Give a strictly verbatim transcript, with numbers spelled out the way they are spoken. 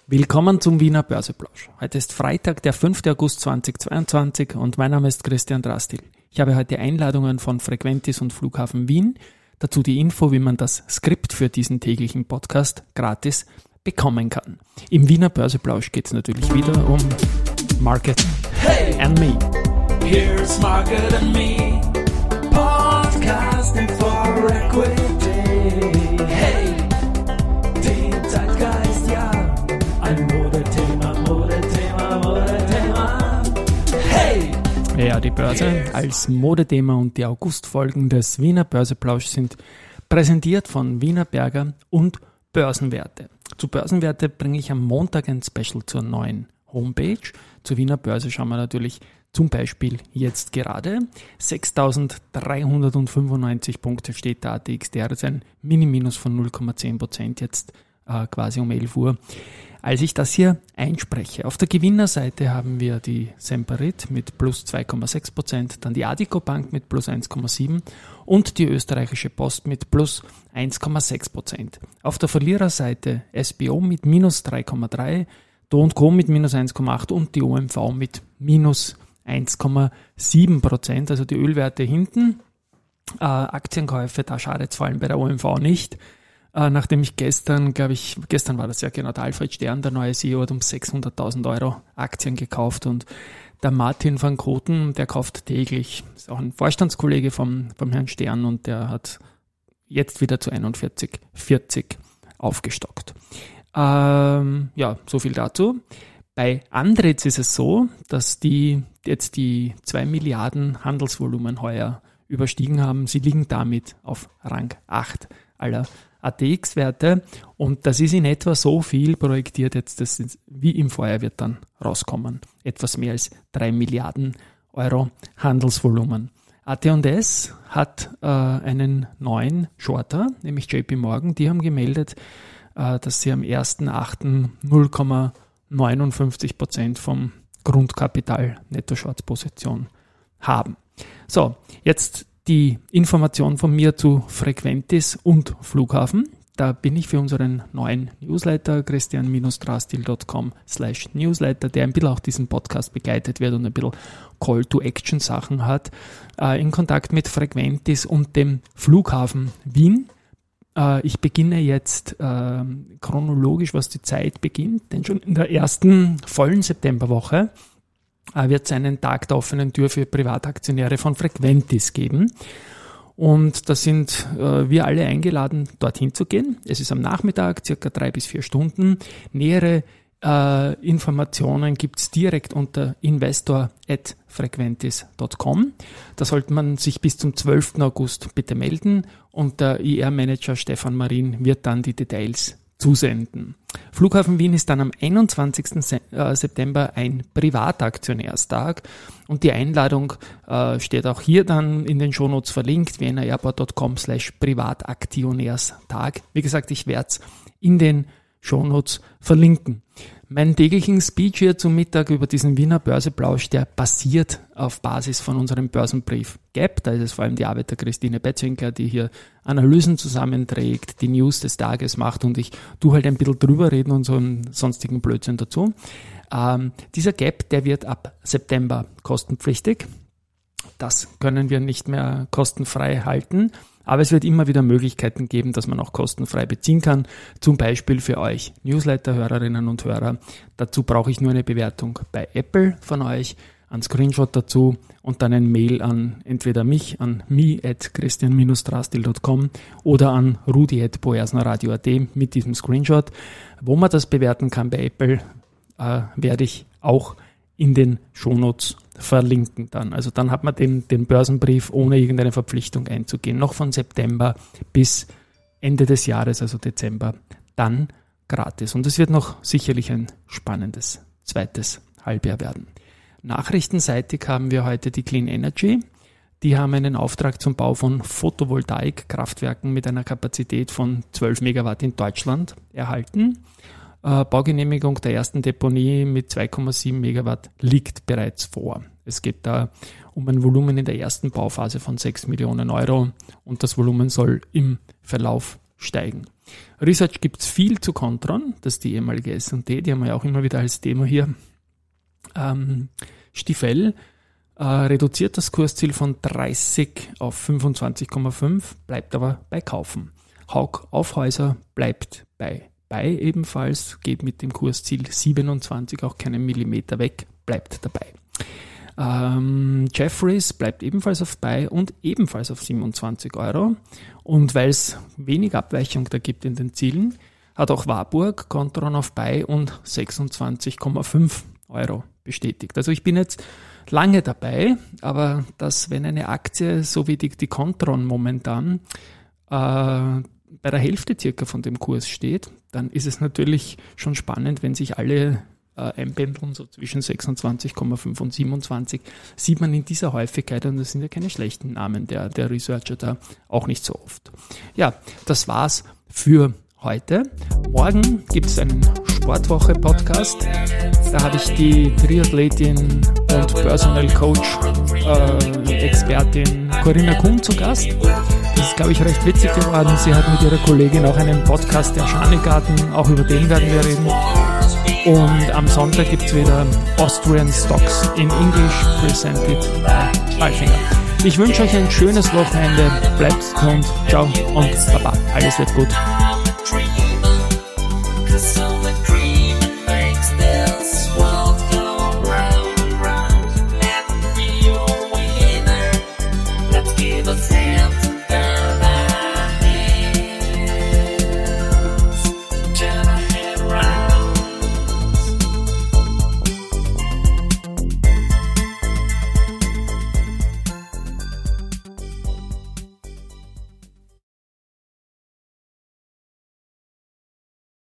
Willkommen zum Wiener Börseplausch. Heute ist Freitag, der fünfter August zweitausendzweiundzwanzig und mein Name ist Christian Drastil. Ich habe heute Einladungen von Frequentis und Flughafen Wien. Dazu die Info, wie man das Skript für diesen täglichen Podcast gratis bekommen kann. Im Wiener Börseplausch geht es natürlich wieder um Market hey, and Me. Here's Market and Me, podcasting for equity. Hey, den Zeitgeist, ja, ein Modethema, Modethema, Modethema. Hey! Ja, die Börse als Modethema und die Augustfolgen des Wiener Börseplausch sind präsentiert von Wiener Berger und Börsenwerte. Zu Börsenwerte bringe ich am Montag ein Special zur neuen Homepage. Zur Wiener Börse schauen wir natürlich zum Beispiel jetzt gerade. sechstausenddreihundertfünfundneunzig Punkte steht da, A T X T R ist ein Mini-Minus von null Komma zehn Prozent jetzt äh, quasi um elf Uhr. Als ich das hier einspreche, auf der Gewinnerseite haben wir die Semperit mit plus zwei Komma sechs Prozent, dann die Addiko Bank mit plus eins Komma sieben und die österreichische Post mit plus eins Komma sechs Prozent. Auf der Verliererseite S B O mit minus drei Komma drei, Do und Co mit minus eins Komma acht und die O M V mit minus eins Komma sieben Prozent, also die Ölwerte hinten. Äh, Aktienkäufe, da schadet es vor allem bei der O M V nicht. Äh, nachdem ich gestern, glaube ich, gestern war das ja genau, der Alfred Stern, der neue C E O, hat um sechshunderttausend Euro Aktien gekauft und der Martin van Koten, der kauft täglich, ist auch ein Vorstandskollege vom, vom Herrn Stern und der hat jetzt wieder zu einundvierzig vierzig aufgestockt. Ähm, ja, so viel dazu. Bei Andritz ist es so, dass die jetzt die zwei Milliarden Handelsvolumen heuer überstiegen haben. Sie liegen damit auf Rang acht aller A T X-Werte und das ist in etwa so viel projektiert jetzt, dass es wie im Vorjahr wird dann rauskommen. Etwas mehr als drei Milliarden Euro Handelsvolumen. A T und S hat äh, einen neuen Shorter, nämlich J P Morgan. Die haben gemeldet, äh, dass sie am ersten achten null Komma neunundfünfzig Prozent vom Grundkapital Netto-Shorts-Position haben. So, jetzt die Information von mir zu Frequentis und Flughafen. Da bin ich für unseren neuen Newsletter christian-drastil punkt com slash newsletter, der ein bisschen auch diesen Podcast begleitet wird und ein bisschen Call-to-Action-Sachen hat, äh, in Kontakt mit Frequentis und dem Flughafen Wien. Ich beginne jetzt äh, chronologisch, was die Zeit beginnt, denn schon in der ersten vollen Septemberwoche äh, wird es einen Tag der offenen Tür für Privataktionäre von Frequentis geben. Und da sind äh, wir alle eingeladen, dorthin zu gehen. Es ist am Nachmittag, circa drei bis vier Stunden. Nähere äh, Informationen gibt es direkt unter investor at frequentis punkt com. Da sollte man sich bis zum zwölften August bitte melden und der I R-Manager Stefan Marin wird dann die Details zusenden. Flughafen Wien ist dann am einundzwanzigsten September ein Privataktionärstag und die Einladung äh, steht auch hier dann in den Shownotes verlinkt, vienna airport punkt com slash privataktionärstag. Wie gesagt, ich werde es in den Shownotes verlinken. Meinen täglichen Speech hier zum Mittag über diesen Wiener Börseplausch, der basiert auf Basis von unserem Börsenbrief G A P. Da ist es vor allem die Arbeit der Christine Betzwinkler, die hier Analysen zusammenträgt, die News des Tages macht und ich tue halt ein bisschen drüber reden und so einen sonstigen Blödsinn dazu. Ähm, dieser G A P, der wird ab September kostenpflichtig. Das können wir nicht mehr kostenfrei halten. Aber es wird immer wieder Möglichkeiten geben, dass man auch kostenfrei beziehen kann. Zum Beispiel für euch Newsletter-Hörerinnen und Hörer. Dazu brauche ich nur eine Bewertung bei Apple von euch, einen Screenshot dazu und dann ein Mail an entweder mich, an me at christian-drastil punkt com oder an rudi at boersnerradio punkt at mit diesem Screenshot. Wo man das bewerten kann bei Apple, äh, werde ich auch in den Shownotes verlinken dann. Also dann hat man den, den Börsenbrief ohne irgendeine Verpflichtung einzugehen. Noch von September bis Ende des Jahres, also Dezember, dann gratis. Und es wird noch sicherlich ein spannendes zweites Halbjahr werden. Nachrichtenseitig haben wir heute die Clean Energy. Die haben einen Auftrag zum Bau von Photovoltaik-Kraftwerken mit einer Kapazität von zwölf Megawatt in Deutschland erhalten. Baugenehmigung der ersten Deponie mit zwei Komma sieben Megawatt liegt bereits vor. Es geht da um ein Volumen in der ersten Bauphase von sechs Millionen Euro und das Volumen soll im Verlauf steigen. Research gibt es viel zu Kontron, das ist die ehemalige S und T, die haben wir ja auch immer wieder als Thema hier. Ähm, Stifel äh, reduziert das Kursziel von dreißig auf fünfundzwanzig Komma fünf, bleibt aber bei Kaufen. Hauck Aufhäuser bleibt bei bei ebenfalls, geht mit dem Kursziel siebenundzwanzig auch keinen Millimeter weg, bleibt dabei. Ähm, Jefferies bleibt ebenfalls auf Buy und ebenfalls auf siebenundzwanzig Euro. Und weil es wenig Abweichung da gibt in den Zielen, hat auch Warburg Kontron auf Buy und sechsundzwanzig Komma fünf Euro bestätigt. Also ich bin jetzt lange dabei, aber dass wenn eine Aktie, so wie die, die Kontron momentan, äh, bei der Hälfte circa von dem Kurs steht, dann ist es natürlich schon spannend, wenn sich alle äh, einpendeln, so zwischen sechsundzwanzig Komma fünf und siebenundzwanzig, sieht man in dieser Häufigkeit, und das sind ja keine schlechten Namen der, der Researcher da, auch nicht so oft. Ja, das war's für heute. Morgen gibt es einen Sportwoche-Podcast. Da habe ich die Triathletin und Personal Coach äh, Expertin Corinna Kuhn zu Gast. Das ist, glaube ich, recht witzig geworden. Sie hat mit ihrer Kollegin auch einen Podcast, der Schanigarten, auch über den werden wir reden. Und am Sonntag gibt es wieder Austrian Stocks in English, presented by Alfinger. Ich wünsche euch ein schönes Wochenende, bleibt gesund, ciao und baba, alles wird gut.